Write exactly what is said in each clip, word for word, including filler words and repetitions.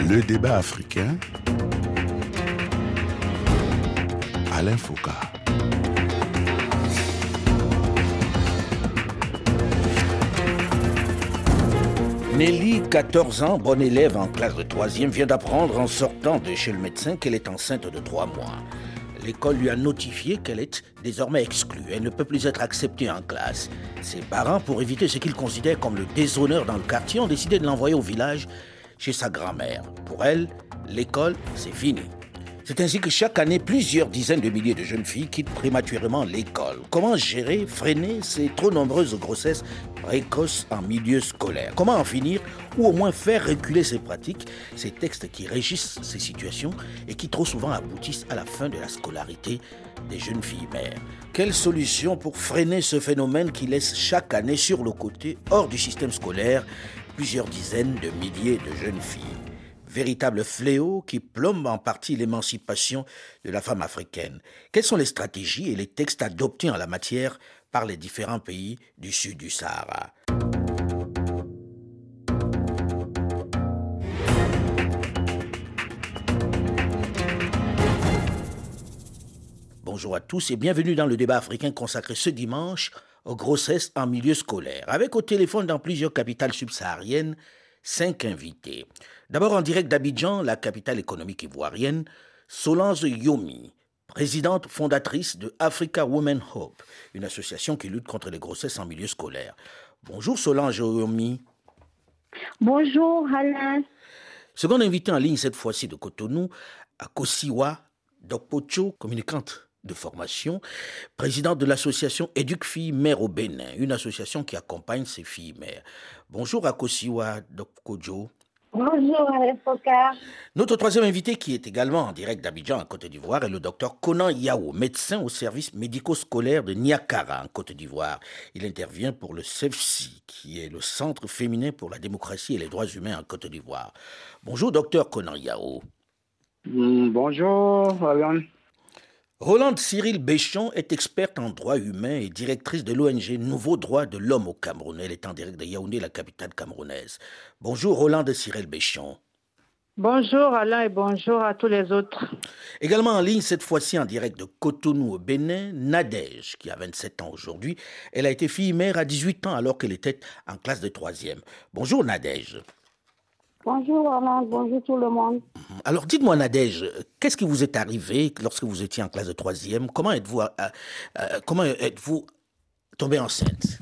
Le débat africain. Alain Foucault. Nelly, quatorze ans, bonne élève en classe de troisième, vient d'apprendre en sortant de chez le médecin qu'elle est enceinte de trois mois. L'école lui a notifié qu'elle est désormais exclue. Elle ne peut plus être acceptée en classe. Ses parents, pour éviter ce qu'ils considèrent comme le déshonneur dans le quartier, ont décidé de l'envoyer au village chez sa grand-mère. Pour elle, l'école, c'est fini. C'est ainsi que chaque année, plusieurs dizaines de milliers de jeunes filles quittent prématurément l'école. Comment gérer, freiner ces trop nombreuses grossesses précoces en milieu scolaire? Comment en finir ou au moins faire reculer ces pratiques, ces textes qui régissent ces situations et qui trop souvent aboutissent à la fin de la scolarité des jeunes filles mères? Quelle solution pour freiner ce phénomène qui laisse chaque année sur le côté, hors du système scolaire, plusieurs dizaines de milliers de jeunes filles? Véritable fléau qui plombe en partie l'émancipation de la femme africaine. Quelles sont les stratégies et les textes adoptés en la matière par les différents pays du sud du Sahara? Bonjour à tous et bienvenue dans le débat africain consacré ce dimanche aux grossesses en milieu scolaire. Avec au téléphone dans plusieurs capitales subsahariennes, cinq invités. D'abord en direct d'Abidjan, la capitale économique ivoirienne, Solange Yomi, présidente fondatrice de Africa Women Hope, une association qui lutte contre les grossesses en milieu scolaire. Bonjour Solange Yomi. Bonjour Alain. Second invité en ligne cette fois-ci de Cotonou, Akosiwa Dokpocho, communicante de formation, présidente de l'association Éduque Filles Mères au Bénin, une association qui accompagne ces filles mères. Bonjour Akosiwa Dokpocho. Bonjour Alain Foucault. Notre troisième invité qui est également en direct d'Abidjan en Côte d'Ivoire est le docteur Konan Yao, médecin au service médico-scolaire de Niakara en Côte d'Ivoire. Il intervient pour le C E F C I, qui est le Centre féminin pour la démocratie et les droits humains en Côte d'Ivoire. Bonjour docteur Konan Yao. Mm, bonjour Alain. Rolande Cyril Béchon est experte en droits humains et directrice de l'O N G Nouveau Droit de l'Homme au Cameroun. Elle est en direct de Yaoundé, la capitale camerounaise. Bonjour Rolande Cyril Béchon. Bonjour Alain et bonjour à tous les autres. Également en ligne, cette fois-ci en direct de Cotonou au Bénin, Nadège, qui a vingt-sept ans aujourd'hui. Elle a été fille mère à dix-huit ans alors qu'elle était en classe de troisième. Bonjour Nadège. Bonjour Alain, bonjour tout le monde. Alors dites-moi Nadège, qu'est-ce qui vous est arrivé lorsque vous étiez en classe de troisième? Comment êtes-vous, euh, euh, comment êtes-vous tombée enceinte?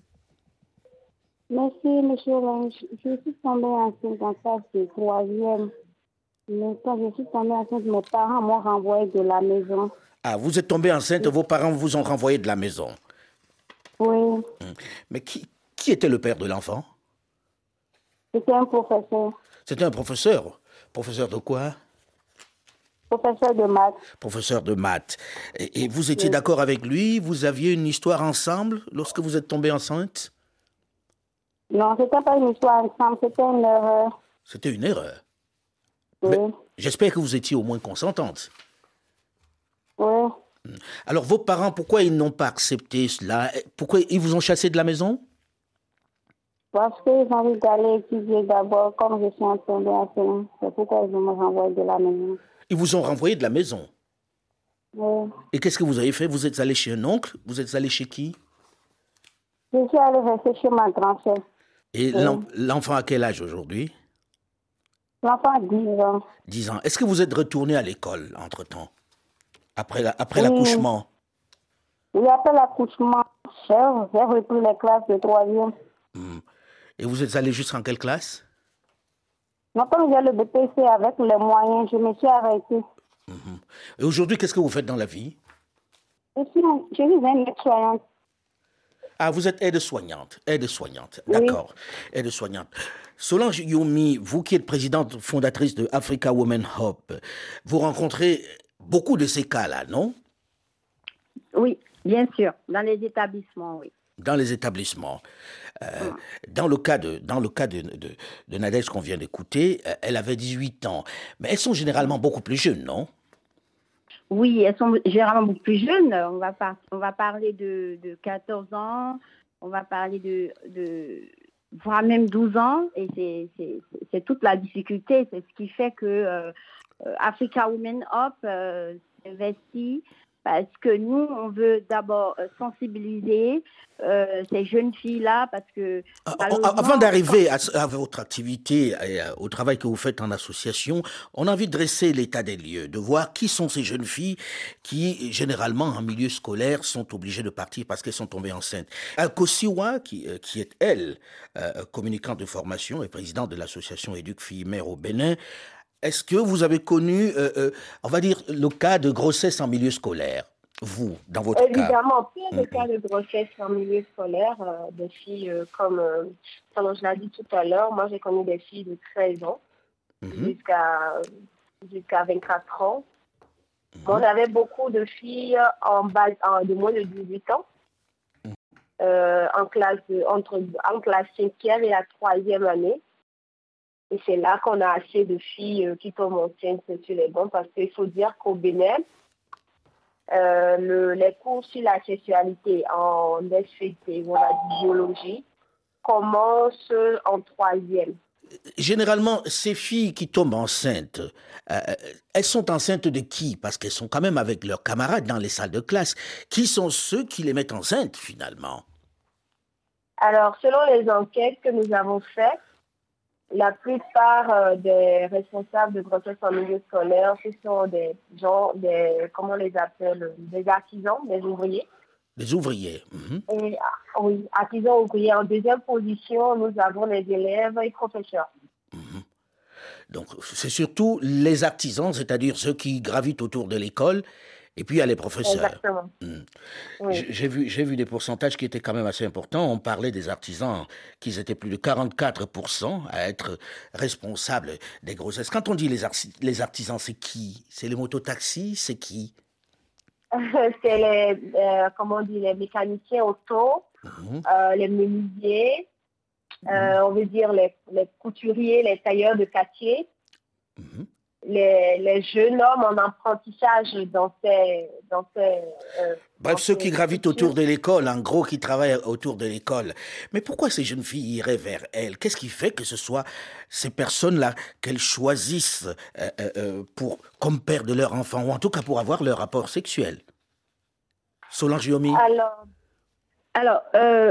Merci, monsieur Lange. Je suis tombée enceinte en classe de troisième. Mais quand je suis tombée enceinte, mes parents m'ont renvoyée de la maison. Ah, vous êtes tombée enceinte, vos parents vous ont renvoyé de la maison? Oui. Mais qui, qui était le père de l'enfant? C'était un professeur. C'était un professeur? Professeur de quoi? Professeur de maths. Professeur de maths. Et, et vous étiez Oui. d'accord avec lui? Vous aviez une histoire ensemble lorsque vous êtes tombée enceinte? Non, c'était pas une histoire ensemble, c'était une erreur. C'était une erreur? Oui. Mais j'espère que vous étiez au moins consentante. Oui. Alors, vos parents, pourquoi ils n'ont pas accepté cela? Pourquoi ils vous ont chassé de la maison? Parce qu'ils ont envie d'aller étudier d'abord, comme je suis en tombée enceinte. C'est pourquoi ils m'ont renvoyé de la maison. Ils vous ont renvoyé de la maison? Oui. Et qu'est-ce que vous avez fait? Vous êtes allé chez un oncle? Vous êtes allé chez qui? Je suis allée rester chez ma grand-sœur. Et Oui. l'en- l'enfant a quel âge aujourd'hui? L'enfant a dix ans. dix ans. Est-ce que vous êtes retourné à l'école entre-temps? Après, la- après Oui. l'accouchement? Oui, après l'accouchement, j'ai j'ai repris les classes de troisième. Hmm. Et vous êtes allé jusqu'en quelle classe? Non, comme j'ai le B P C avec les moyens, je me suis arrêtée. Et aujourd'hui, qu'est-ce que vous faites dans la vie? Je suis, je suis une aide-soignante. Ah, vous êtes aide-soignante. Aide-soignante, Oui. d'accord. Aide-soignante. Solange Yomi, vous qui êtes présidente fondatrice de Africa Women Hope, vous rencontrez beaucoup de ces cas-là, non? Oui, bien sûr, dans les établissements, oui. Dans les établissements. Euh, dans le cas de, dans le cas de, de, de Nadège qu'on vient d'écouter, euh, elle avait dix-huit ans. Mais elles sont généralement beaucoup plus jeunes, non? Oui, elles sont généralement beaucoup plus jeunes. On va, par- on va parler de, de quatorze ans, on va parler de, de voire même douze ans. Et c'est, c'est, c'est toute la difficulté. C'est ce qui fait que euh, Africa Women Up euh, s'investit parce que nous, on veut d'abord euh, sensibiliser euh, ces jeunes filles-là parce que... Avant d'arriver à, à votre activité et au travail que vous faites en association, on a envie de dresser l'état des lieux, de voir qui sont ces jeunes filles qui, généralement, en milieu scolaire, sont obligées de partir parce qu'elles sont tombées enceintes. Kosiwa, qui, qui est, elle, euh, communicante de formation et présidente de l'association Éduque Filles Mères au Bénin, est-ce que vous avez connu, euh, euh, on va dire, le cas de grossesse en milieu scolaire, vous, dans votre Évidemment, cas? Évidemment, plein de Mm-hmm. cas de grossesse en milieu scolaire, euh, des filles euh, comme, euh, comme je l'ai dit tout à l'heure, moi j'ai connu des filles de treize ans mm-hmm. jusqu'à, jusqu'à vingt-quatre ans. Mm-hmm. Bon, on avait beaucoup de filles en bas, en, de moins de dix-huit ans, mm-hmm. euh, en, classe de, entre, en classe cinquième et la troisième année. Et c'est là qu'on a assez de filles qui tombent enceintes sur les bancs parce qu'il faut dire qu'au Bénin, euh, le, les cours sur la sexualité en S V T ou en biologie commencent en troisième. Généralement, ces filles qui tombent enceintes, euh, elles sont enceintes de qui? Parce qu'elles sont quand même avec leurs camarades dans les salles de classe. Qui sont ceux qui les mettent enceintes finalement? Alors, selon les enquêtes que nous avons faites, la plupart euh, des responsables de grossesse en milieu scolaire, ce sont des gens, des, comment on les appelle, des artisans, des ouvriers. Des ouvriers. Mm-hmm. Et, oui, artisans ouvriers. En deuxième position, nous avons les élèves et professeurs. Mm-hmm. Donc, c'est surtout les artisans, c'est-à-dire ceux qui gravitent autour de l'école. Et puis, il y a les professeurs. Exactement. Mmh. Oui. J'ai vu, j'ai vu des pourcentages qui étaient quand même assez importants. On parlait des artisans, qu'ils étaient plus de quarante-quatre pour cent à être responsables des grossesses. Quand on dit les, arti- les artisans, c'est qui? C'est les mototaxis? C'est qui? C'est les, euh, comment on dit, les mécaniciens auto, mmh. euh, les menuisiers, mmh. euh, on veut dire les, les couturiers, les tailleurs de quartier. Mmh. Les, les jeunes hommes en apprentissage dans ces... Dans ces euh, Bref, dans ceux ces qui gravitent autour de l'école, en gros, qui travaillent autour de l'école. Mais pourquoi ces jeunes filles iraient vers elles? Qu'est-ce qui fait que ce soit ces personnes-là qu'elles choisissent euh, euh, pour, comme père de leur enfant, ou en tout cas pour avoir leur rapport sexuel? Solange Yomi? Alors, alors euh,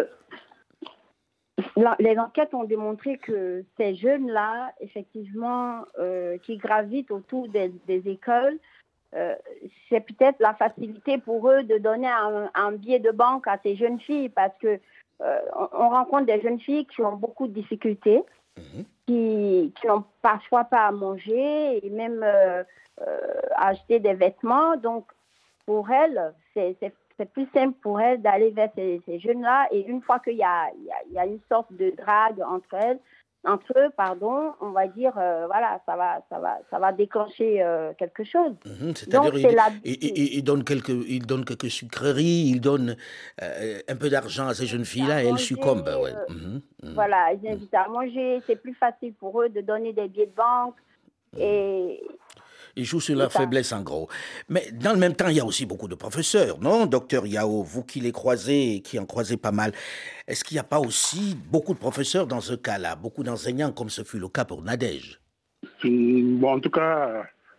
les enquêtes ont démontré que ces jeunes-là, effectivement, euh, qui gravitent autour des, des écoles, euh, c'est peut-être la facilité pour eux de donner un, un billet de banque à ces jeunes filles parce que euh, on, on rencontre des jeunes filles qui ont beaucoup de difficultés, mmh. qui, qui n'ont parfois pas à manger et même euh, euh, à acheter des vêtements. Donc, pour elles, c'est, c'est c'est plus simple pour elles d'aller vers ces, ces jeunes-là. Et une fois qu'il y a, il y a, il y a une sorte de drague entre elles, entre eux, pardon, on va dire, euh, voilà, ça va, ça va, ça va déclencher euh, quelque chose. Mmh, c'est-à-dire, Donc, il, la... il, il, il donne quelques, il donne quelques sucreries, il donne euh, un peu d'argent à ces jeunes filles-là et elles succombent. Ouais. Euh, mmh, mmh, voilà, ils invitent mmh. à manger. C'est plus facile pour eux de donner des billets de banque mmh. et... Ils jouent sur leur faiblesse, en gros. Mais dans le même temps, il y a aussi beaucoup de professeurs, non, docteur Yao? Vous qui les croisez, qui en croisez pas mal, est-ce qu'il n'y a pas aussi beaucoup de professeurs dans ce cas-là, beaucoup d'enseignants, comme ce fut le cas pour Nadège? Bon, en tout cas,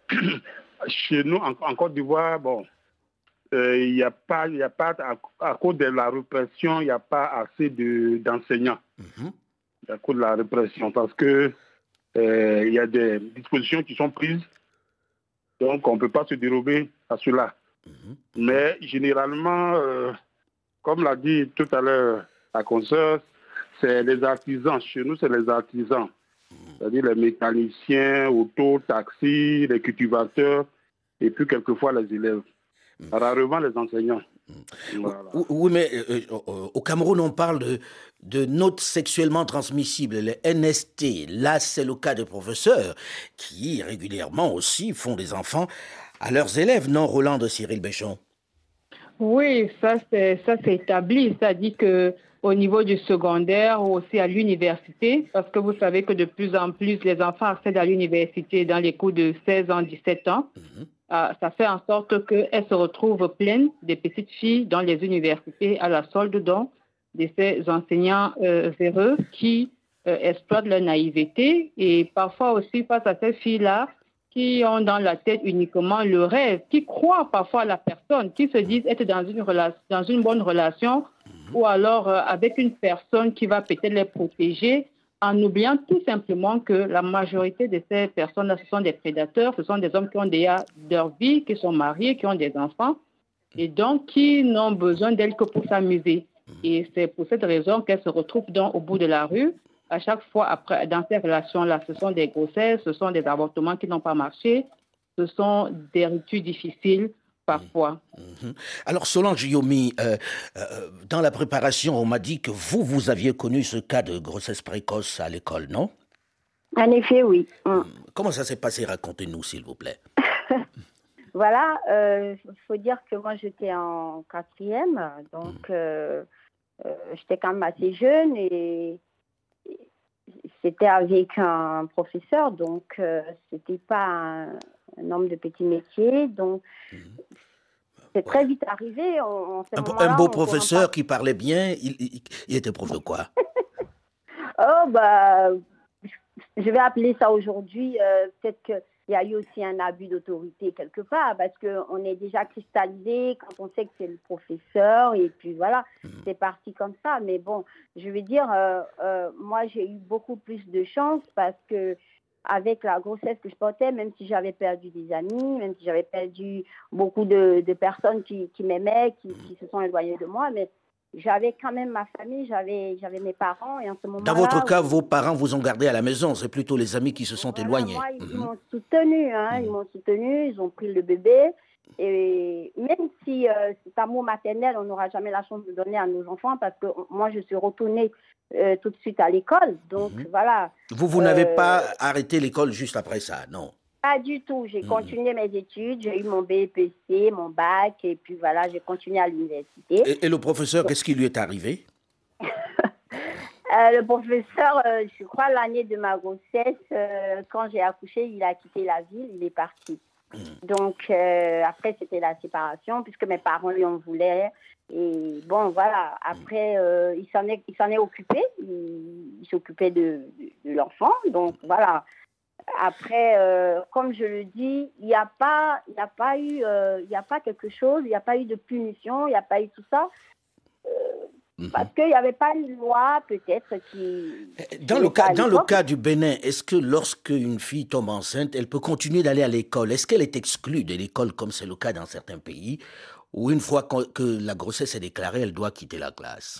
chez nous, en, en Côte d'Ivoire, bon, il euh, n'y a pas, il y a pas à, à cause de la répression, il n'y a pas assez de, d'enseignants. Mm-hmm. À cause de la répression, parce que il euh, y a des dispositions qui sont prises. Donc, on ne peut pas se dérober à cela. Mmh. Mais généralement, euh, comme l'a dit tout à l'heure la consoeur, c'est les artisans. Chez nous, c'est les artisans. Mmh. C'est-à-dire les mécaniciens, auto, taxis, les cultivateurs, et puis quelquefois les élèves. Mmh. Rarement les enseignants. Mmh. Voilà. Oui, mais euh, au Cameroun, on parle de, de notes sexuellement transmissibles, les N S T. Là, c'est le cas des professeurs qui, régulièrement aussi, font des enfants à leurs élèves, non, Roland de Cyril Béchon? Oui, ça c'est, ça c'est établi. C'est-à-dire qu'au niveau du secondaire ou aussi à l'université, parce que vous savez que de plus en plus, les enfants accèdent à l'université dans les cours de seize ans, dix-sept ans. Mmh. Euh, ça fait en sorte qu'elles se retrouvent pleines des petites filles dans les universités à la solde donc de ces enseignants euh, véreux qui euh, exploitent leur naïveté et parfois aussi face à ces filles-là qui ont dans la tête uniquement le rêve, qui croient parfois à la personne, qui se disent être dans une, relation, dans une bonne relation ou alors euh, avec une personne qui va peut-être les protéger, en oubliant tout simplement que la majorité de ces personnes-là, ce sont des prédateurs, ce sont des hommes qui ont déjà leur vie, qui sont mariés, qui ont des enfants, et donc qui n'ont besoin d'elles que pour s'amuser. Et c'est pour cette raison qu'elles se retrouvent donc au bout de la rue. À chaque fois, après, dans ces relations-là, ce sont des grossesses, ce sont des avortements qui n'ont pas marché, ce sont des ruptures difficiles parfois. Mmh. Alors, Solange Yomi, euh, euh, dans la préparation, on m'a dit que vous, vous aviez connu ce cas de grossesse précoce à l'école, non? En effet, oui. Mmh. Comment ça s'est passé? Racontez-nous, s'il vous plaît. Voilà, il euh, faut dire que moi, j'étais en quatrième, donc euh, euh, j'étais quand même assez jeune et c'était avec un professeur, donc euh, c'était pas un, un homme de petit métier, donc mmh. c'est très vite arrivé. On, on un, un beau professeur qui parlait bien, il, il, il était prof de quoi? Oh, bah, je vais appeler ça aujourd'hui, euh, peut-être qu'il y a eu aussi un abus d'autorité quelque part, parce qu'on est déjà cristallisé quand on sait que c'est le professeur, et puis voilà, mmh. c'est parti comme ça. Mais bon, je veux dire, euh, euh, moi j'ai eu beaucoup plus de chance parce que avec la grossesse que je portais, même si j'avais perdu des amis, même si j'avais perdu beaucoup de, de personnes qui, qui m'aimaient, qui, qui se sont éloignées de moi, mais j'avais quand même ma famille, j'avais, j'avais mes parents. Et en ce moment-là, dans votre cas, où... vos parents vous ont gardé à la maison, c'est plutôt les amis qui se sont voilà, éloignés. Moi, ils, mmh. ils m'ont soutenu, hein, mmh. ils m'ont soutenu, ils ont pris le bébé. Et même si euh, cet amour maternel, on n'aura jamais la chance de donner à nos enfants, parce que moi, je suis retournée euh, tout de suite à l'école. Donc, mmh. voilà. Vous, vous euh... n'avez pas arrêté l'école juste après ça, non? Pas du tout. J'ai mmh. continué mes études, j'ai eu mon B E P C, mon bac, et puis voilà, j'ai continué à l'université. Et, et le professeur, qu'est-ce qui lui est arrivé? euh, Le professeur, euh, je crois, l'année de ma grossesse, euh, quand j'ai accouché, il a quitté la ville, il est parti. Mmh. Donc, euh, après, c'était la séparation, puisque mes parents lui en voulaient. Et bon, voilà, après, euh, il s'en est, il s'en est occupé, il, il s'occupait de, de, de l'enfant, donc voilà. Après, euh, comme je le dis, il n'y a pas, il n'y a pas eu, euh, il n'y a pas quelque chose, il n'y a pas eu de punition, il n'y a pas eu tout ça, euh, mm-hmm. parce qu'il n'y avait pas une loi peut-être qui. Dans le cas, dans le cas du Bénin, est-ce que lorsque une fille tombe enceinte, elle peut continuer d'aller à l'école? Est-ce qu'elle est exclue de l'école comme c'est le cas dans certains pays, ou une fois que la grossesse est déclarée, elle doit quitter la classe?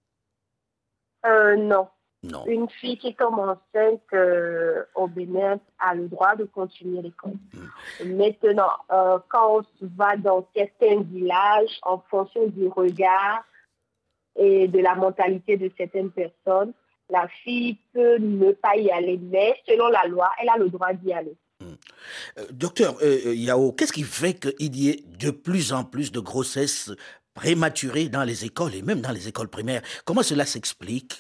Euh, non. Non. Une fille qui tombe enceinte euh, au Bénin a le droit de continuer l'école. Mmh. Maintenant, euh, quand on va dans certains villages, en fonction du regard et de la mentalité de certaines personnes, la fille peut ne pas y aller, mais selon la loi, elle a le droit d'y aller. Mmh. Euh, docteur euh, Yao, qu'est-ce qui fait qu'il y ait de plus en plus de grossesses prématurées dans les écoles et même dans les écoles primaires? Comment cela s'explique?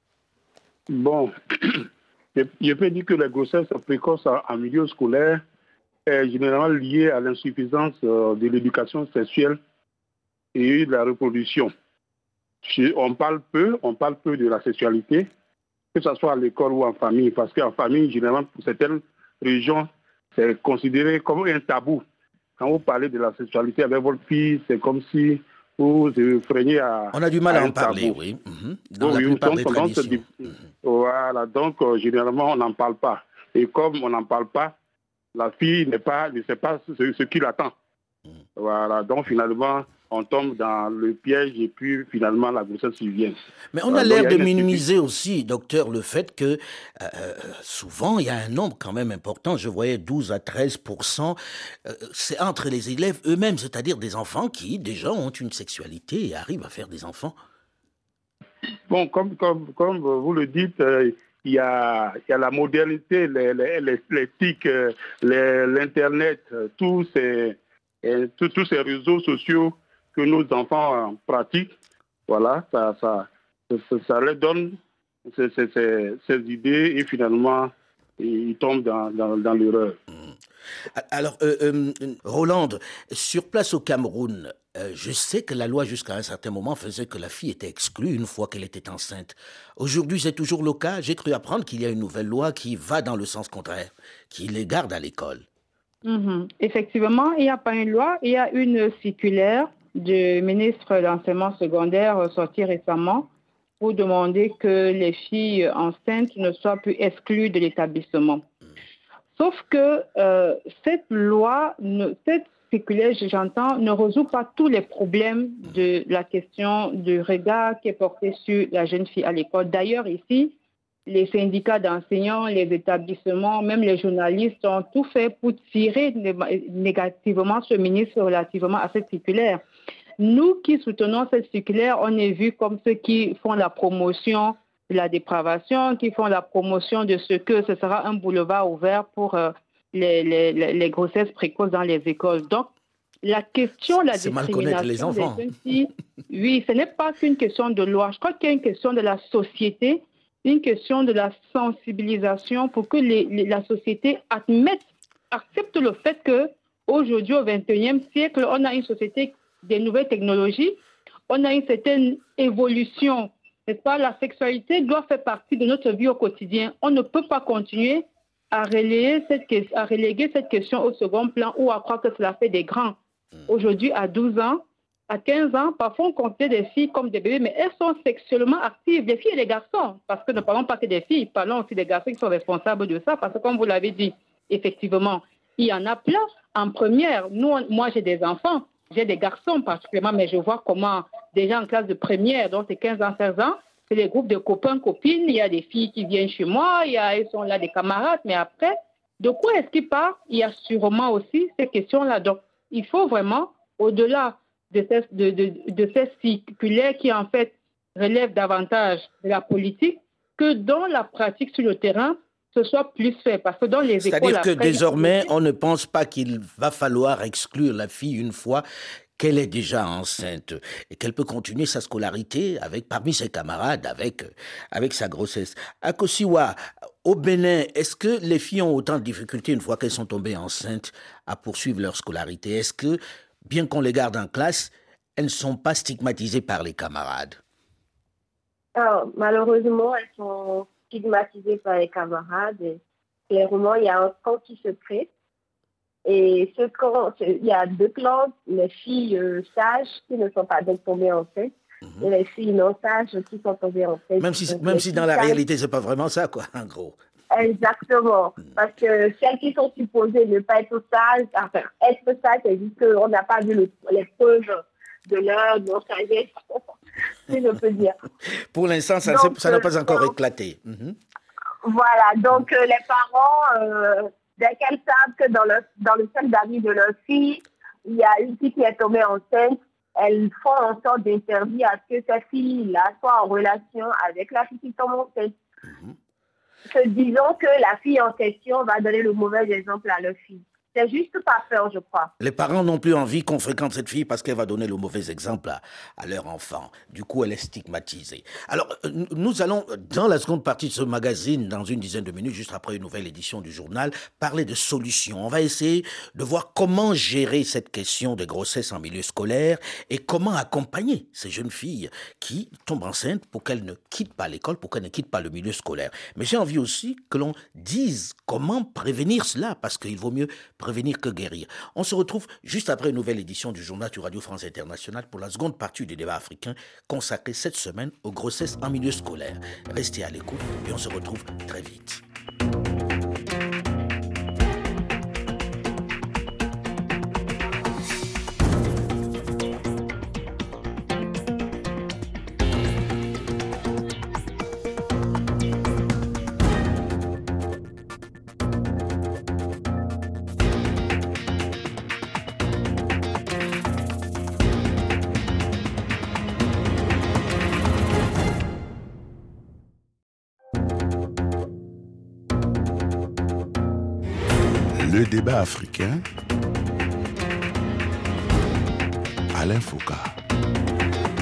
Bon, je peux dire que la grossesse précoce en milieu scolaire est généralement liée à l'insuffisance de l'éducation sexuelle et de la reproduction. On parle peu, on parle peu de la sexualité, que ce soit à l'école ou en famille, parce qu'en famille, généralement, pour certaines régions, c'est considéré comme un tabou. Quand vous parlez de la sexualité avec votre fille, c'est comme si vous freinez à. On a du mal à, à en parler, tabou. oui. Mmh. Dans oui, la plupart des donc, traditions. Donc, mmh. Voilà, donc euh, généralement, on n'en parle pas. Et comme on n'en parle pas, la fille n'est pas, ne sait pas ce, ce qui l'attend. Mmh. Voilà, donc finalement, on tombe dans le piège et puis finalement, la grossesse survient. Mais on a l'air de minimiser aussi, docteur, le fait que euh, souvent, il y a un nombre quand même important, je voyais douze à treize pour cent, euh, c'est entre les élèves eux-mêmes, c'est-à-dire des enfants qui déjà ont une sexualité et arrivent à faire des enfants. Bon, comme, comme, comme vous le dites, euh, il, y a, il y a la modernité, les, les, les, les T I C, les, l'Internet, tous ces, tous, tous ces réseaux sociaux que nos enfants pratiquent. Voilà, ça, ça, ça, ça leur donne ces, ces, ces, ces idées et finalement, ils tombent dans, dans, dans l'erreur. Alors, euh, euh, Rolande, sur place au Cameroun, euh, je sais que la loi jusqu'à un certain moment faisait que la fille était exclue une fois qu'elle était enceinte. Aujourd'hui, c'est toujours le cas. J'ai cru apprendre qu'il y a une nouvelle loi qui va dans le sens contraire, qui les garde à l'école. Mm-hmm. Effectivement, il n'y a pas une loi, il y a une circulaire du ministre de l'enseignement secondaire sortie récemment pour demander que les filles enceintes ne soient plus exclues de l'établissement. Mm. Sauf que euh, cette loi, ne, cette circulaire, j'entends, ne résout pas tous les problèmes de la question du regard qui est porté sur la jeune fille à l'école. D'ailleurs, ici, les syndicats d'enseignants, les établissements, même les journalistes ont tout fait pour tirer négativement ce ministre relativement à cette circulaire. Nous qui soutenons cette circulaire, on est vus comme ceux qui font la promotion de la dépravation, qui font la promotion de ce que ce sera un boulevard ouvert pour euh, les, les, les grossesses précoces dans les écoles. Donc, la question de la C'est discrimination les enfants. des jeunes filles, oui, ce n'est pas qu'une question de loi. Je crois qu'il y a une question de la société, une question de la sensibilisation pour que les, les, la société admette, accepte le fait qu'aujourd'hui, au vingt et unième siècle, on a une société des nouvelles technologies, on a une certaine évolution. N'est-ce pas? La sexualité doit faire partie de notre vie au quotidien. On ne peut pas continuer à reléguer cette, à reléguer cette question au second plan ou à croire que cela fait des grands. Aujourd'hui, à douze ans, à quinze ans, parfois on considère des filles comme des bébés, mais elles sont sexuellement actives, les filles et les garçons. Parce que ne parlons pas que des filles, parlons aussi des garçons qui sont responsables de ça. Parce que comme vous l'avez dit, effectivement, il y en a plein. En première, nous, moi j'ai des enfants, j'ai des garçons particulièrement, mais je vois comment déjà en classe de première, donc c'est quinze ans, seize ans, c'est les groupes de copains, copines, il y a des filles qui viennent chez moi, il y a, ils sont là des camarades, mais après, de quoi est-ce qu'ils parlent? Il y a sûrement aussi ces questions-là. Donc, il faut vraiment, au-delà de ces, de, de, de ces circulaires qui en fait relèvent davantage de la politique, que dans la pratique sur le terrain, ce soit plus fait. Parce que dans les écoles... C'est-à-dire que après, désormais, on ne pense pas qu'il va falloir exclure la fille une fois qu'elle est déjà enceinte et qu'elle peut continuer sa scolarité avec, parmi ses camarades avec, avec sa grossesse. À Kosiwa, au Bénin, est-ce que les filles ont autant de difficultés une fois qu'elles sont tombées enceintes à poursuivre leur scolarité? Est-ce que, bien qu'on les garde en classe, elles ne sont pas stigmatisées par les camarades? Alors, malheureusement, elles sont stigmatisées par les camarades. Et clairement, il y a un camp qui se crée. Et ce camp, il y a deux clans, les filles euh, sages qui ne sont pas donc tombées enceintes mmh. et les filles non sages qui sont tombées enceintes. Même si, même si dans la sages, réalité, ce n'est pas vraiment ça, quoi, en gros. Exactement. Mmh. Parce que celles qui sont supposées ne pas être sages, enfin, être sages, c'est juste qu'on n'a pas vu le, les preuves de leur non-sagesse, si je peux dire. Pour l'instant, ça, donc, ça n'a pas encore donc, éclaté. Mmh. Voilà. Donc, euh, les parents... Euh, dès qu'elles savent que dans le, dans le cercle d'amis de leur fille, il y a une fille qui est tombée enceinte, elles font en sorte d'interdire à ce que cette fille-là soit en relation avec la fille qui tombe enceinte. Mm-hmm. Se disant que la fille en question va donner le mauvais exemple à leur fille. C'est juste pas peur, je crois. Les parents n'ont plus envie qu'on fréquente cette fille parce qu'elle va donner le mauvais exemple à, à leur enfant. Du coup, elle est stigmatisée. Alors, nous allons, dans la seconde partie de ce magazine, dans une dizaine de minutes, juste après une nouvelle édition du journal, parler de solutions. On va essayer de voir comment gérer cette question de grossesse en milieu scolaire et comment accompagner ces jeunes filles qui tombent enceintes pour qu'elles ne quittent pas l'école, pour qu'elles ne quittent pas le milieu scolaire. Mais j'ai envie aussi que l'on dise comment prévenir cela, parce qu'il vaut mieux prévenir que guérir. On se retrouve juste après une nouvelle édition du journal du Radio France Internationale pour la seconde partie du débat africain consacrée cette semaine aux grossesses en milieu scolaire. Restez à l'écoute et on se retrouve très vite. Le débat africain, Alain Foucault.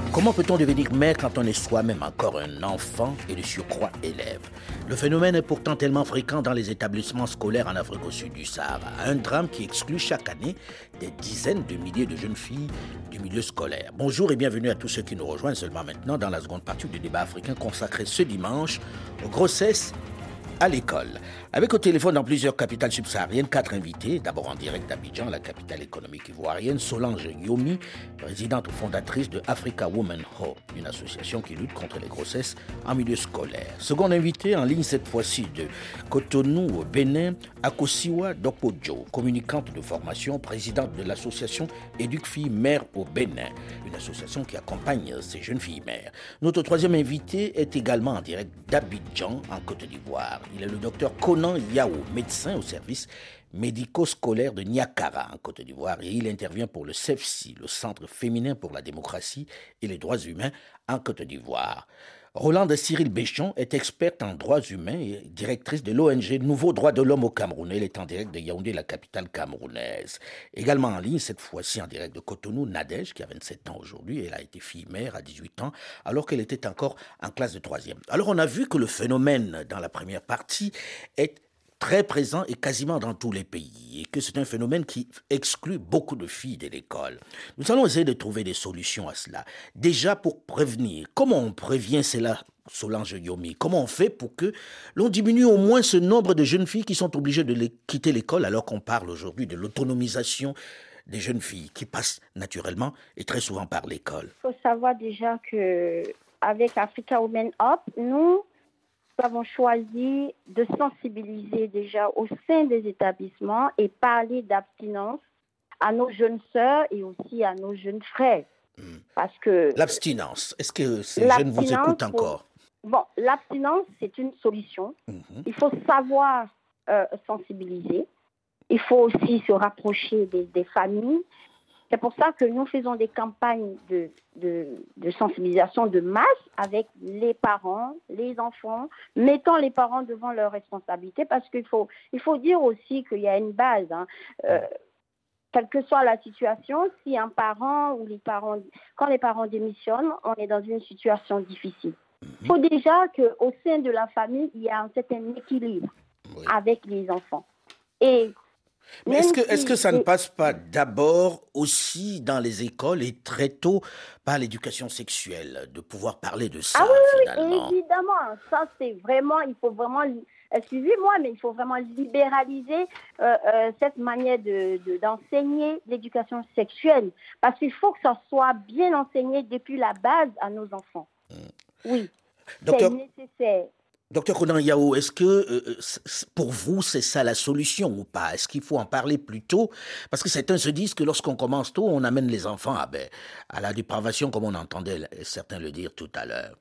Comment peut-on devenir mère quand on est soi-même encore un enfant et de surcroît élève? Le phénomène est pourtant tellement fréquent dans les établissements scolaires en Afrique au sud du Sahara. Un drame qui exclut chaque année des dizaines de milliers de jeunes filles du milieu scolaire. Bonjour et bienvenue à tous ceux qui nous rejoignent seulement maintenant dans la seconde partie du débat africain consacré ce dimanche aux grossesses à l'école. Avec au téléphone dans plusieurs capitales subsahariennes, quatre invités. D'abord en direct d'Abidjan, la capitale économique ivoirienne, Solange Yomi, présidente ou fondatrice de Africa Women Hope, une association qui lutte contre les grossesses en milieu scolaire. Second invité en ligne cette fois-ci de Cotonou au Bénin, Akosiwa Dokpojo, communicante de formation, présidente de l'association Éduque Filles Mères au Bénin, une association qui accompagne ces jeunes filles mères. Notre troisième invité est également en direct d'Abidjan, en Côte d'Ivoire. Il est le docteur Conan Yao, médecin au service médico-scolaire de Niakara, en Côte d'Ivoire, et il intervient pour le C E F C I, le Centre féminin pour la démocratie et les droits humains en Côte d'Ivoire. Rolande Cyril Béchon est experte en droits humains et directrice de l'O N G Nouveau Droits de l'Homme au Cameroun. Elle est en direct de Yaoundé, la capitale camerounaise. Également en ligne, cette fois-ci en direct de Cotonou, Nadège, qui a vingt-sept ans aujourd'hui. Elle a été fille-mère à dix-huit ans, alors qu'elle était encore en classe de troisième. Alors on a vu que le phénomène dans la première partie est très présent et quasiment dans tous les pays, et que c'est un phénomène qui exclut beaucoup de filles de l'école. Nous allons essayer de trouver des solutions à cela. Déjà, pour prévenir, comment on prévient cela, Solange Yomi? Comment on fait pour que l'on diminue au moins ce nombre de jeunes filles qui sont obligées de les quitter l'école, alors qu'on parle aujourd'hui de l'autonomisation des jeunes filles qui passent naturellement et très souvent par l'école? Il faut savoir déjà qu'avec Africa Women Hope, nous Nous avons choisi de sensibiliser déjà au sein des établissements et parler d'abstinence à nos jeunes sœurs et aussi à nos jeunes frères. Mmh. Parce que l'abstinence, est-ce que ces jeunes vous écoutent encore? Pour... Bon, l'abstinence, c'est une solution. Mmh. Il faut savoir euh, sensibiliser. Il faut aussi se rapprocher des, des familles. C'est pour ça que nous faisons des campagnes de, de, de sensibilisation de masse avec les parents, les enfants, mettant les parents devant leurs responsabilités, parce qu'il faut, il faut dire aussi qu'il y a une base. Hein. Euh, quelle que soit la situation, si un parent ou les parents, quand les parents démissionnent, on est dans une situation difficile. Il faut déjà qu'au sein de la famille, il y a un certain équilibre oui. avec les enfants. Et Mais est-ce que, est-ce que ça ne passe pas d'abord aussi dans les écoles et très tôt par l'éducation sexuelle, de pouvoir parler de ça, ah oui, finalement? Oui, évidemment. Ça, c'est vraiment, il faut vraiment, excusez-moi, mais il faut vraiment libéraliser euh, euh, cette manière de, de, d'enseigner l'éducation sexuelle. Parce qu'il faut que ça soit bien enseigné depuis la base à nos enfants. Mmh. Oui, Docteur... c'est nécessaire. Docteur Conan Yao, est-ce que euh, pour vous, c'est ça la solution ou pas? Est-ce qu'il faut en parler plus tôt? Parce que certains se disent que lorsqu'on commence tôt, on amène les enfants à, ben, à la dépravation, comme on entendait certains le dire tout à l'heure.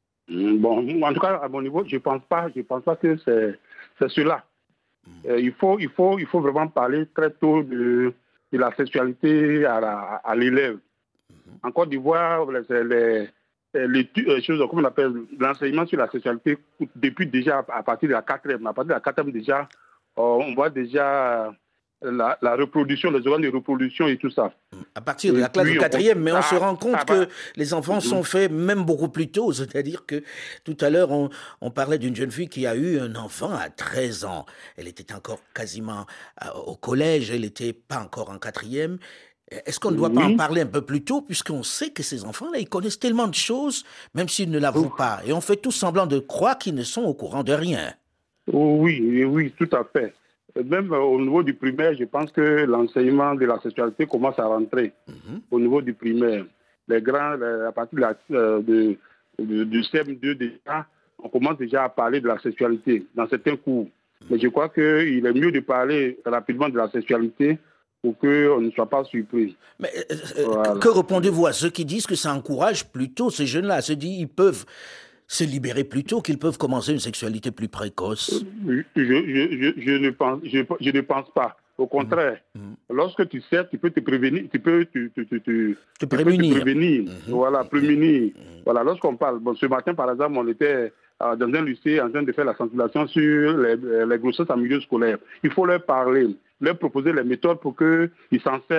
Bon, en tout cas, à mon niveau, je ne pense pas, je pense pas que c'est, c'est cela. Mm. Euh, il, faut, il, faut, il faut vraiment parler très tôt de, de la sexualité à, la, à l'élève. Mm-hmm. En Côte d'Ivoire, les... les les choses, comme on appelle, l'enseignement sur la sexualité depuis déjà à partir de la quatrième. À partir de la quatrième déjà, on voit déjà la, la reproduction, les organes de reproduction et tout ça. À partir de la classe de quatrième, mais on se rend compte que les enfants sont faits même beaucoup plus tôt. C'est-à-dire que tout à l'heure, on, on parlait d'une jeune fille qui a eu un enfant à treize ans. Elle était encore quasiment au collège, elle n'était pas encore en quatrième. Est-ce qu'on ne doit oui. pas en parler un peu plus tôt, puisqu'on sait que ces enfants-là, ils connaissent tellement de choses, même s'ils ne l'avouent pas. Et on fait tout semblant de croire qu'ils ne sont au courant de rien. Oui, oui, tout à fait. Même au niveau du primaire, je pense que l'enseignement de la sexualité commence à rentrer. Mm-hmm. Au niveau du primaire. Les grands, à partir de la, de, de, du C M deux déjà, on commence déjà à parler de la sexualité dans certains cours. Mm-hmm. Mais je crois qu'il est mieux de parler rapidement de la sexualité pour qu'on ne soit pas surpris. Mais euh, voilà. Que répondez-vous à ceux qui disent que ça encourage plutôt ces jeunes-là à se dire qu'ils peuvent se libérer plus tôt, qu'ils peuvent commencer une sexualité plus précoce? Je, je, je, je, ne, pense, je, je ne pense pas. Au contraire, mmh. lorsque tu sais, tu peux te prévenir, tu peux te, te, te, te, te prémunir. Te prévenir. Mmh. Voilà, prémunir. Mmh. Voilà, lorsqu'on parle, bon, ce matin par exemple, on était euh, dans un lycée en train de faire la sensibilisation sur les, les grossesses en milieu scolaire. Il faut leur parler, leur proposer les méthodes pour qu'ils s'en servent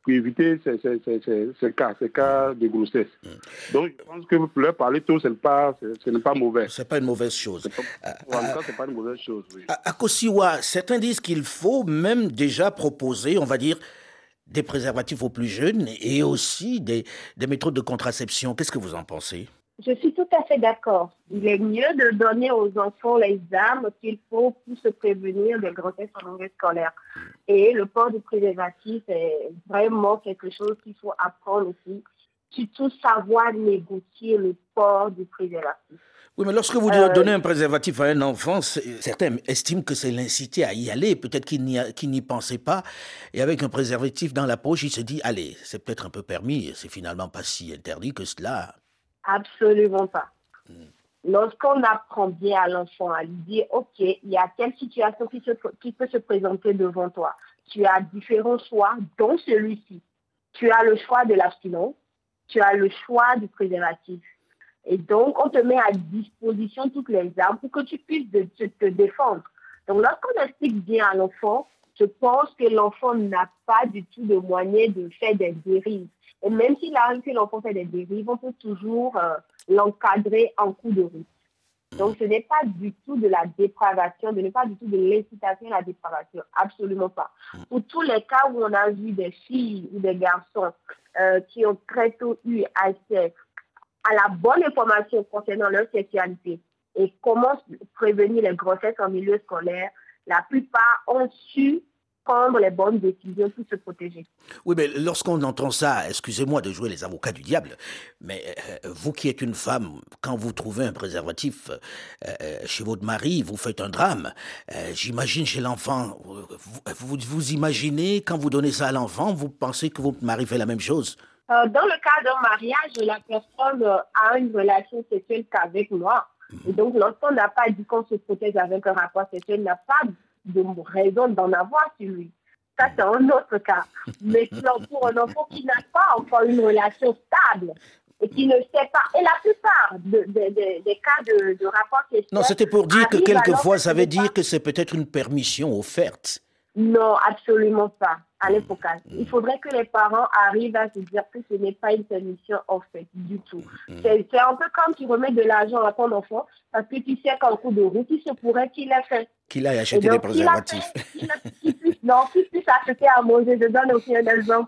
pour éviter ces, ces, ces, ces, ces cas, ces cas de grossesse. Mm. Donc, je pense que leur parler tôt, ce n'est pas, ce n'est pas mauvais. Ce n'est pas une mauvaise chose. Pas, euh, en tout cas, ce n'est pas une mauvaise chose. Oui. À, à Kosiwa, certains disent qu'il faut même déjà proposer, on va dire, des préservatifs aux plus jeunes et aussi des, des méthodes de contraception. Qu'est-ce que vous en pensez? Je suis tout à fait d'accord. Il est mieux de donner aux enfants les armes qu'il faut pour se prévenir des grossesses en milieu scolaire. Et le port du préservatif est vraiment quelque chose qu'il faut apprendre aussi. Surtout savoir négocier le port du préservatif. Oui, mais lorsque vous euh, donnez un préservatif à un enfant, certains estiment que c'est l'inciter à y aller. Peut-être qu'il n'y, a, qu'il n'y pensait pas. Et avec un préservatif dans la poche, il se dit, allez, c'est peut-être un peu permis. C'est finalement pas si interdit que cela. Absolument pas. Mm. Lorsqu'on apprend bien à l'enfant à lui dire, OK, il y a telle situation qui, se, qui peut se présenter devant toi. Tu as différents choix, dont celui-ci. Tu as le choix de l'abstinence, tu as le choix du préservatif. Et donc, on te met à disposition toutes les armes pour que tu puisses de, te, te défendre. Donc, lorsqu'on explique bien à l'enfant, je pense que l'enfant n'a pas du tout de moyen de faire des dérives. Et même s'il arrive que l'enfant fait des dérives, on peut toujours euh, l'encadrer en coup de route. Donc, ce n'est pas du tout de la dépravation, ce n'est pas du tout de l'incitation à la dépravation, absolument pas. Pour tous les cas où on a vu des filles ou des garçons euh, qui ont très tôt eu accès à la bonne information concernant leur sexualité et comment prévenir les grossesses en milieu scolaire, la plupart ont su prendre les bonnes décisions pour se protéger. Oui, mais lorsqu'on entend ça, excusez-moi de jouer les avocats du diable, mais euh, vous qui êtes une femme, quand vous trouvez un préservatif euh, chez votre mari, vous faites un drame. Euh, j'imagine chez l'enfant, vous, vous, vous imaginez, quand vous donnez ça à l'enfant, vous pensez que votre mari fait la même chose? Euh, dans le cas d'un mariage, la personne a une relation sexuelle qu'avec moi. Et donc, lorsqu'on n'a pas dit qu'on se protège avec un rapport sexuel, n'a pas de raison d'en avoir sur lui. Ça, c'est un autre cas. Mais pour un enfant qui n'a pas encore une relation stable et qui ne sait pas, et la plupart de, de, de, des cas de, de rapport sexuel... Non, c'était pour dire que quelquefois, ça veut dire que c'est peut-être une permission offerte. Non, absolument pas, à l'époque. Il faudrait que les parents arrivent à se dire que ce n'est pas une permission en fait, du tout. C'est, c'est un peu comme tu remets de l'argent à ton enfant parce que tu sais qu'en coup de route, il se pourrait qu'il ait fait. Qu'il aille acheter des préservatifs. Qu'il a fait, qu'il puisse, non, qu'il puisse acheter à manger. Je donne aussi un exemple.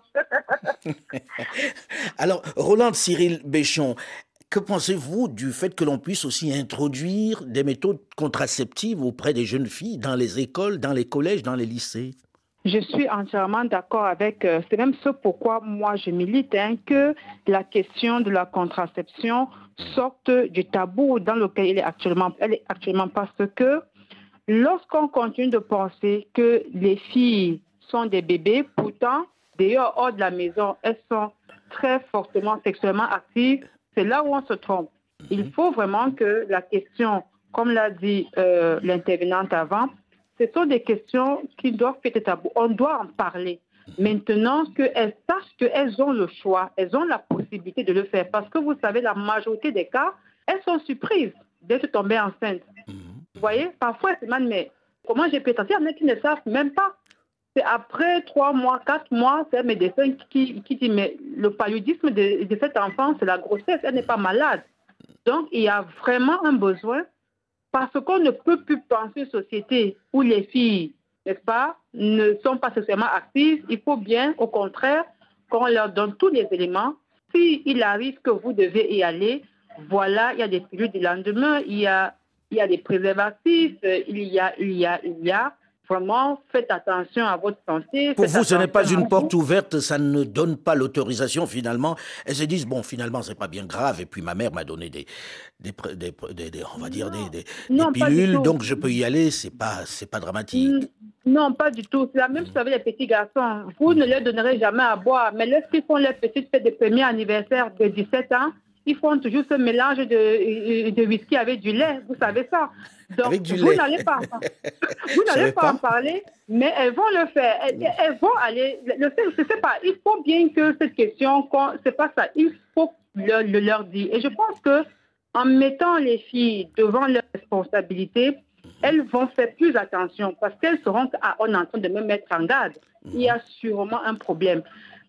Alors, Rolande Cyril Béchon, que pensez-vous du fait que l'on puisse aussi introduire des méthodes contraceptives auprès des jeunes filles dans les écoles, dans les collèges, dans les lycées? Je suis entièrement d'accord avec, euh, c'est même ce pourquoi moi je milite, hein, que la question de la contraception sorte du tabou dans lequel elle est actuellement, elle est actuellement parce que lorsqu'on continue de penser que les filles sont des bébés, pourtant, d'ailleurs, hors de la maison, elles sont très fortement sexuellement actives, c'est là où on se trompe. Il faut vraiment que la question, comme l'a dit euh, l'intervenante avant, ce sont des questions qui doivent être tabou. On doit en parler. Maintenant qu'elles sachent qu'elles ont le choix, elles ont la possibilité de le faire. Parce que vous savez, la majorité des cas, elles sont surprises d'être tombées enceintes. Vous voyez, parfois, elles se demandent, mais comment j'ai pu être enceinte? Il y en a qui ne savent même pas. C'est après trois mois, quatre mois, c'est un médecin qui, qui dit, mais le paludisme de, de cet enfant, c'est la grossesse, elle n'est pas malade. Donc, il y a vraiment un besoin, parce qu'on ne peut plus penser une société où les filles, n'est-ce pas, ne sont pas sexuellement actives. Il faut bien, au contraire, qu'on leur donne tous les éléments. S'il arrive que vous devez y aller, voilà, il y a des pilules du lendemain, il y a, il y a des préservatifs, il y a, il y a, il y a. Vraiment, faites attention à votre santé. Pour vous, ce n'est pas une porte ouverte, ça ne donne pas l'autorisation finalement. Elles se disent, bon, finalement, c'est pas bien grave. Et puis ma mère m'a donné des, des, des, des, des on va dire, non, des, des, non, des pilules, donc je peux y aller, c'est pas, c'est pas dramatique. Non, pas du tout. C'est la même chose avec les petits garçons. Vous ne leur donnerez jamais à boire, mais lorsqu'ils font leur petite fête de premier anniversaire de dix-sept ans, ils font toujours ce mélange de, de whisky avec du lait, vous savez ça. Donc, avec du vous lait. n'allez pas, vous n'allez pas, pas en parler, mais elles vont le faire. Elles, elles vont aller. Le fait, je sais pas. Il faut bien que cette question, c'est pas ça. Il faut le, le leur dire. Et je pense que en mettant les filles devant leurs responsabilités, elles vont faire plus attention parce qu'elles seront à on est en train de me mettre en garde. Il y a sûrement un problème.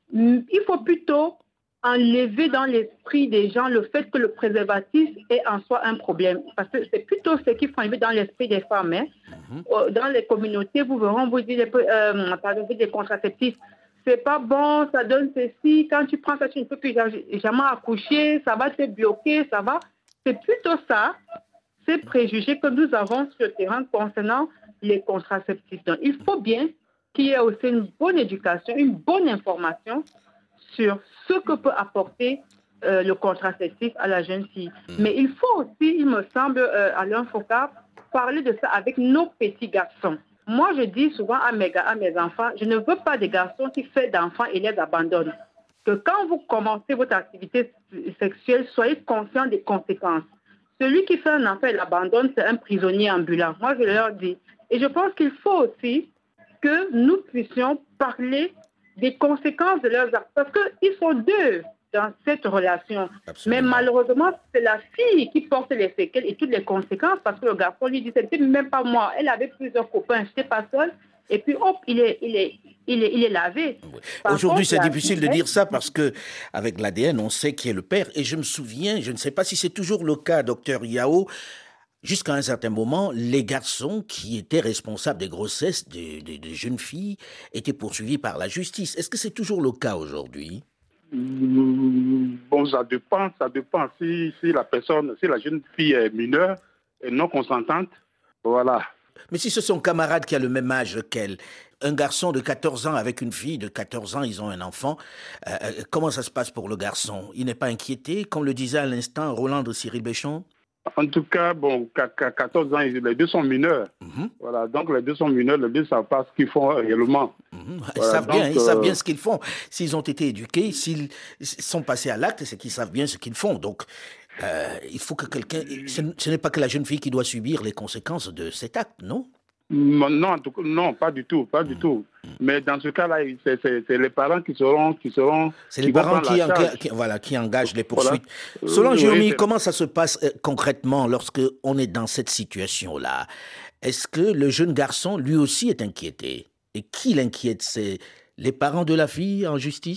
il faut plutôt enlever dans l'esprit des gens le fait que le préservatif est en soi un problème. Parce que c'est plutôt ce qu'il faut enlever dans l'esprit des femmes. Hein. Mm-hmm. Dans les communautés, vous verrez, on vous dit des, euh, pardon, des contraceptifs. C'est pas bon, ça donne ceci. Quand tu prends ça, tu ne peux plus jamais accoucher, ça va te bloquer, ça va. C'est plutôt ça, ces préjugés que nous avons sur le terrain concernant les contraceptifs. Donc, il faut bien qu'il y ait aussi une bonne éducation, une bonne information sur ce que peut apporter euh, le contraceptif à la jeune fille. Mmh. Mais il faut aussi, il me semble, euh, Alain Foucault, parler de ça avec nos petits garçons. Moi, je dis souvent à mes, à mes enfants, je ne veux pas des garçons qui font d'enfants et les abandonnent. Que quand vous commencez votre activité sexuelle, soyez conscient des conséquences. Celui qui fait un enfant et l'abandonne, c'est un prisonnier ambulant. Moi, je leur dis. Et je pense qu'il faut aussi que nous puissions parler des conséquences de leurs actes. Parce qu'ils sont deux dans cette relation. Absolument. Mais malheureusement, c'est la fille qui porte les séquelles et toutes les conséquences parce que le garçon lui dit, c'était même pas moi. Elle avait plusieurs copains, je n'étais pas seule. Et puis, hop, il est, il est, il est, il est lavé. Oui. Aujourd'hui, c'est difficile de dire ça parce qu'avec l'A D N, on sait qui est le père. Et je me souviens, je ne sais pas si c'est toujours le cas, docteur Yao, jusqu'à un certain moment, les garçons qui étaient responsables des grossesses des, des, des jeunes filles étaient poursuivis par la justice. Est-ce que c'est toujours le cas aujourd'hui ? Bon, ça dépend, ça dépend. Si, si la personne, si la jeune fille est mineure et non consentante, voilà. Mais si c'est son camarade qui a le même âge qu'elle, un garçon de quatorze ans avec une fille de quatorze ans, ils ont un enfant, euh, comment ça se passe pour le garçon ? Il n'est pas inquiété, comme le disait à l'instant Roland de Cyril Béchon ? En tout cas, bon, quatorze ans, les deux sont mineurs. Mm-hmm. Voilà, donc les deux sont mineurs, les deux ne savent pas ce qu'ils font réellement. Mm-hmm. Ils, voilà, savent, donc, bien, ils euh... savent bien ce qu'ils font. S'ils ont été éduqués, s'ils sont passés à l'acte, c'est qu'ils savent bien ce qu'ils font. Donc, euh, il faut que quelqu'un... Ce, ce n'est pas que la jeune fille qui doit subir les conséquences de cet acte, non ? Non, en tout cas, non, pas du tout, pas mmh. du tout. Mais dans ce cas-là, c'est, c'est, c'est les parents qui seront, qui seront. C'est les qui parents qui, en, qui, voilà, qui engagent les poursuites. Voilà. Selon euh, Jérémy, oui, comment ça se passe euh, concrètement lorsque on est dans cette situation-là ? Est-ce que le jeune garçon, lui aussi, est inquiété ? Et qui l'inquiète ? C'est les parents de la fille en justice ?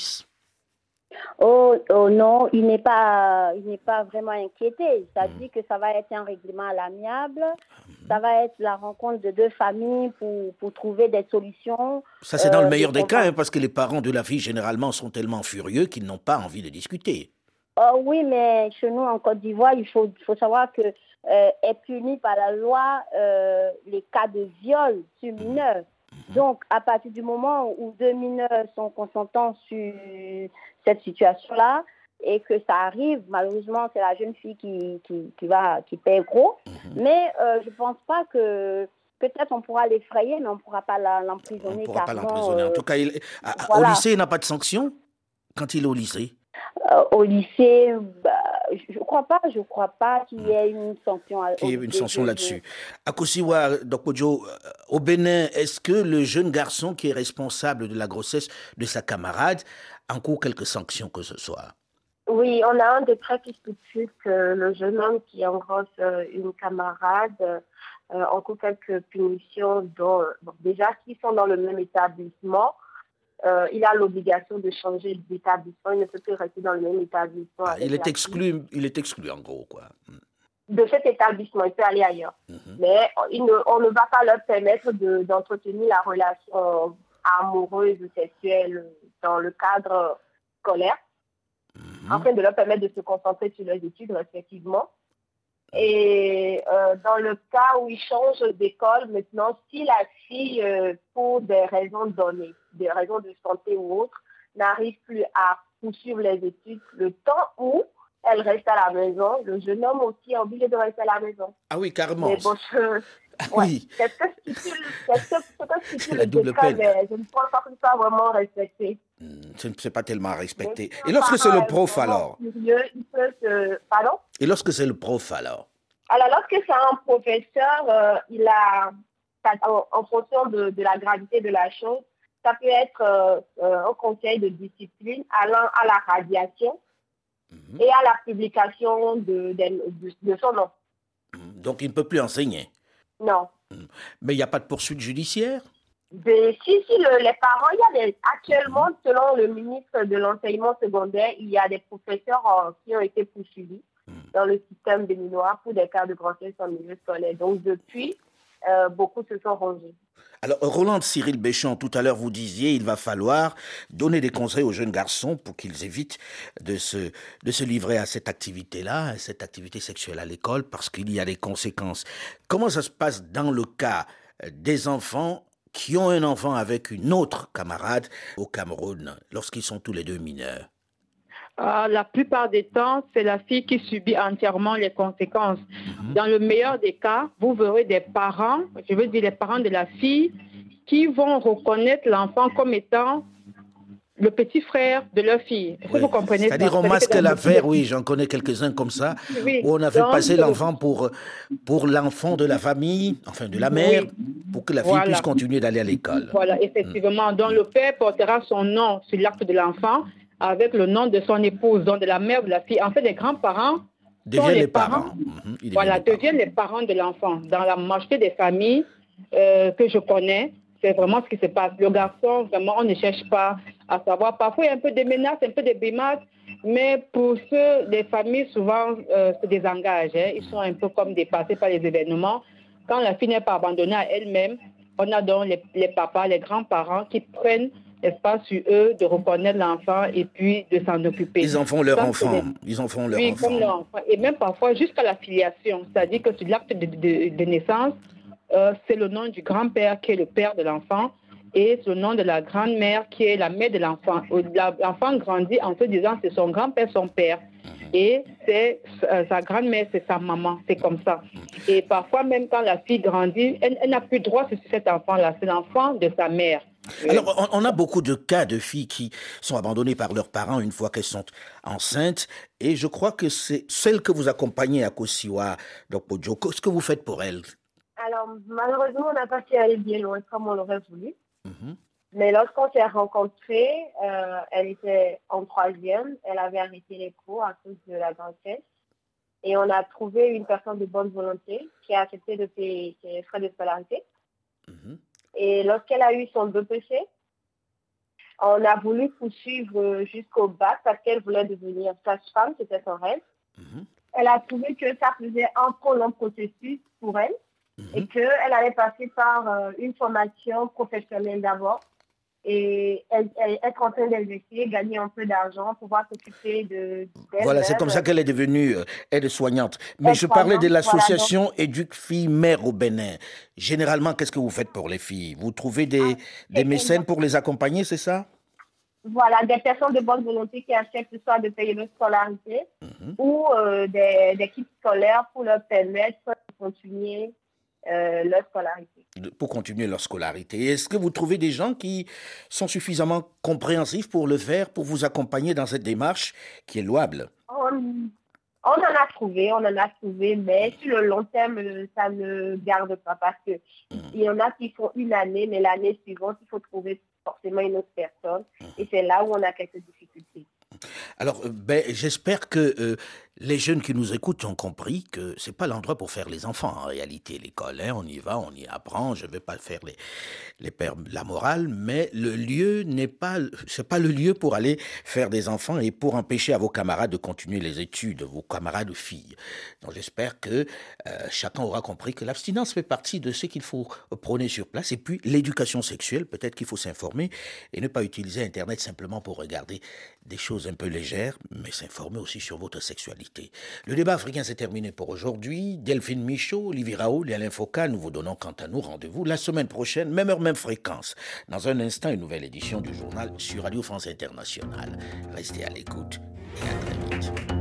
Oh, oh non, il n'est pas, il n'est pas vraiment inquiété. Ça mmh. dit que ça va être un règlement à l'amiable. Mmh. Ça va être la rencontre de deux familles pour, pour trouver des solutions. Ça, c'est dans euh, le meilleur des cas, hein, parce que les parents de la fille, généralement, sont tellement furieux qu'ils n'ont pas envie de discuter. Oh, oui, mais chez nous, en Côte d'Ivoire, il faut, faut savoir que euh, est puni par la loi euh, les cas de viol sur mineurs. Donc, à partir du moment où deux mineurs sont consentants sur cette situation-là et que ça arrive, malheureusement, c'est la jeune fille qui, qui, qui, va, qui paie gros. Mm-hmm. Mais euh, je ne pense pas que... Peut-être on pourra l'effrayer, mais on ne pourra pas l'emprisonner. On ne pourra carrément, pas l'emprisonner. En tout cas, il, à, voilà. Au lycée, il n'a pas de sanction quand il est au lycée euh, Au lycée... Bah, je ne crois pas, je crois pas qu'il y ait une sanction. Qu'il y ait une sanction là-dessus. Akosiwa Dokpojo, au Bénin, est-ce que le jeune garçon qui est responsable de la grossesse de sa camarade encourt quelques sanctions que ce soit? Oui, on a un décret qui stipule que le jeune homme qui engrosse une camarade euh, encourt quelques punitions, dont, bon, déjà, s'ils sont dans le même établissement, Euh, il a l'obligation de changer d'établissement. Il ne peut plus rester dans le même établissement. Ah, il est exclu, il est exclu en gros, quoi. De cet établissement, il peut aller ailleurs. Mm-hmm. Mais il ne, on ne va pas leur permettre de, d'entretenir la relation amoureuse ou sexuelle dans le cadre scolaire, mm-hmm. afin de leur permettre de se concentrer sur leurs études respectivement. Et euh, dans le cas où ils changent d'école, maintenant, si la fille, euh, pour des raisons données, des raisons de santé ou autres, n'arrive plus à poursuivre les études, le temps où elle reste à la maison, le jeune homme aussi est obligé de rester à la maison. Ah oui, carrément. Mais bon, je... ah ouais. oui. Qu'est-ce que stipule, qu'est-ce que stipule la double peine. Mais je ne pense pas que ce soit vraiment respecté. Ce n'est pas tellement respecté. Et lorsque c'est le prof, alors curieux, il peut se... Pardon? Et lorsque c'est le prof, alors Alors, lorsque c'est un professeur, euh, il a, en, en fonction de, de la gravité de la chose, ça peut être euh, euh, un conseil de discipline allant à la radiation mmh. et à la publication de, de, de, de son nom. Donc, il ne peut plus enseigner? Non. Mais il n'y a pas de poursuite judiciaire? De, si, si, le, les parents, il y a des, actuellement, selon le ministre de l'enseignement secondaire, il y a des professeurs euh, qui ont été poursuivis dans le système béninois pour des cas de grossesse en milieu scolaire. Donc, depuis, euh, beaucoup se sont rangés. Alors, Roland Cyril Béchamp, tout à l'heure, vous disiez il va falloir donner des conseils aux jeunes garçons pour qu'ils évitent de se, de se livrer à cette activité-là, à cette activité sexuelle à l'école, parce qu'il y a des conséquences. Comment ça se passe dans le cas des enfants qui ont un enfant avec une autre camarade au Cameroun, lorsqu'ils sont tous les deux mineurs? Euh, la plupart des temps, c'est la fille qui subit entièrement les conséquences. Mmh. Dans le meilleur des cas, vous verrez des parents, je veux dire les parents de la fille, qui vont reconnaître l'enfant comme étant le petit frère de leur fille. Est-ce oui. que vous comprenez? C'est-à-dire on masque l'affaire, oui, j'en connais quelques-uns comme ça, oui. où on a fait Donc, passer l'enfant pour, pour l'enfant de la famille, enfin de la mère, oui. pour que la fille voilà. puisse continuer d'aller à l'école. Voilà, effectivement. Mmh. Donc le père portera son nom sur l'acte de l'enfant, avec le nom de son épouse, donc de la mère de la fille. En fait, les grands-parents deviennent les, les parents. parents mmh, voilà, les deviennent parents. les parents de l'enfant. Dans la majorité des familles euh, que je connais, c'est vraiment ce qui se passe. Le garçon, vraiment, on ne cherche pas à savoir. Parfois, il y a un peu de menaces, un peu de brimades, mais pour ceux, les familles, souvent, euh, se désengagent. Hein. Ils sont un peu comme dépassés par les événements. Quand la fille n'est pas abandonnée à elle-même, on a donc les, les papas, les grands-parents qui prennent n'est-ce pas, sur eux de reconnaître l'enfant et puis de s'en occuper. Ils en font leur Ça, enfant. Les... Ils en font leur oui, enfant. Comme leur enfant. Et même parfois jusqu'à la filiation. C'est-à-dire que sur l'acte de, de, de naissance, euh, c'est le nom du grand-père qui est le père de l'enfant et c'est le nom de la grand-mère qui est la mère de l'enfant. L'enfant grandit en se disant c'est son grand-père, son père. Et c'est euh, sa grand-mère, c'est sa maman. C'est comme ça. Et parfois, même quand la fille grandit, elle, elle n'a plus droit sur cet enfant-là. C'est l'enfant de sa mère. Alors, on a beaucoup de cas de filles qui sont abandonnées par leurs parents une fois qu'elles sont enceintes. Et je crois que c'est celle que vous accompagnez à Kosiwa, Dokpojo. Qu'est-ce que vous faites pour elles? Alors, malheureusement, on n'a pas pu aller bien loin comme on l'aurait voulu. Mm-hmm. Mais lorsqu'on s'est rencontrés, euh, elle était en troisième. Elle avait arrêté les cours à cause de la grossesse. Et on a trouvé une personne de bonne volonté qui a accepté de payer ses frais de scolarité. Mm-hmm. Et lorsqu'elle a eu son B P C, on a voulu poursuivre jusqu'au bac parce qu'elle voulait devenir sage-femme, c'était son rêve. Mm-hmm. Elle a trouvé que ça faisait un trop long processus pour elle mm-hmm. et qu'elle allait passer par euh, une formation professionnelle d'abord et elle, elle, être en train d'investir, gagner un peu d'argent, pouvoir s'occuper de... Voilà, c'est comme ça qu'elle est devenue euh, aide-soignante. Mais je parlais de l'association voilà, Éduque Filles Mères au Bénin. Généralement, qu'est-ce que vous faites pour les filles? Vous trouvez des, ah, des mécènes pour les accompagner, c'est ça? Voilà, des personnes de bonne volonté qui acceptent soit de payer leur scolarité mm-hmm. ou euh, des, des kits scolaires pour leur permettre de continuer euh, leur scolarité. Pour continuer leur scolarité. Est-ce que vous trouvez des gens qui sont suffisamment compréhensifs pour le faire, pour vous accompagner dans cette démarche qui est louable? On, on en a trouvé, on en a trouvé, mais sur le long terme, ça ne garde pas parce que mm. il y en a qui font une année, mais l'année suivante, il faut trouver forcément une autre personne. Mm. Et c'est là où on a quelques difficultés. Alors, ben, j'espère que euh, les jeunes qui nous écoutent ont compris que c'est pas l'endroit pour faire les enfants. En réalité, l'école, hein, on y va, on y apprend. Je vais pas faire les, les pères, la morale, mais le lieu n'est pas, c'est pas le lieu pour aller faire des enfants et pour empêcher à vos camarades de continuer les études, vos camarades filles. Donc, j'espère que euh, chacun aura compris que l'abstinence fait partie de ce qu'il faut prôner sur place. Et puis, l'éducation sexuelle, peut-être qu'il faut s'informer et ne pas utiliser Internet simplement pour regarder des choses un peu légères, mais s'informer aussi sur votre sexualité. Le débat africain s'est terminé pour aujourd'hui. Delphine Michaud, Olivier Raoul et Alain Foucault, nous vous donnons quant à nous rendez-vous la semaine prochaine, même heure, même fréquence. Dans un instant, une nouvelle édition du journal sur Radio France Internationale. Restez à l'écoute et à très vite.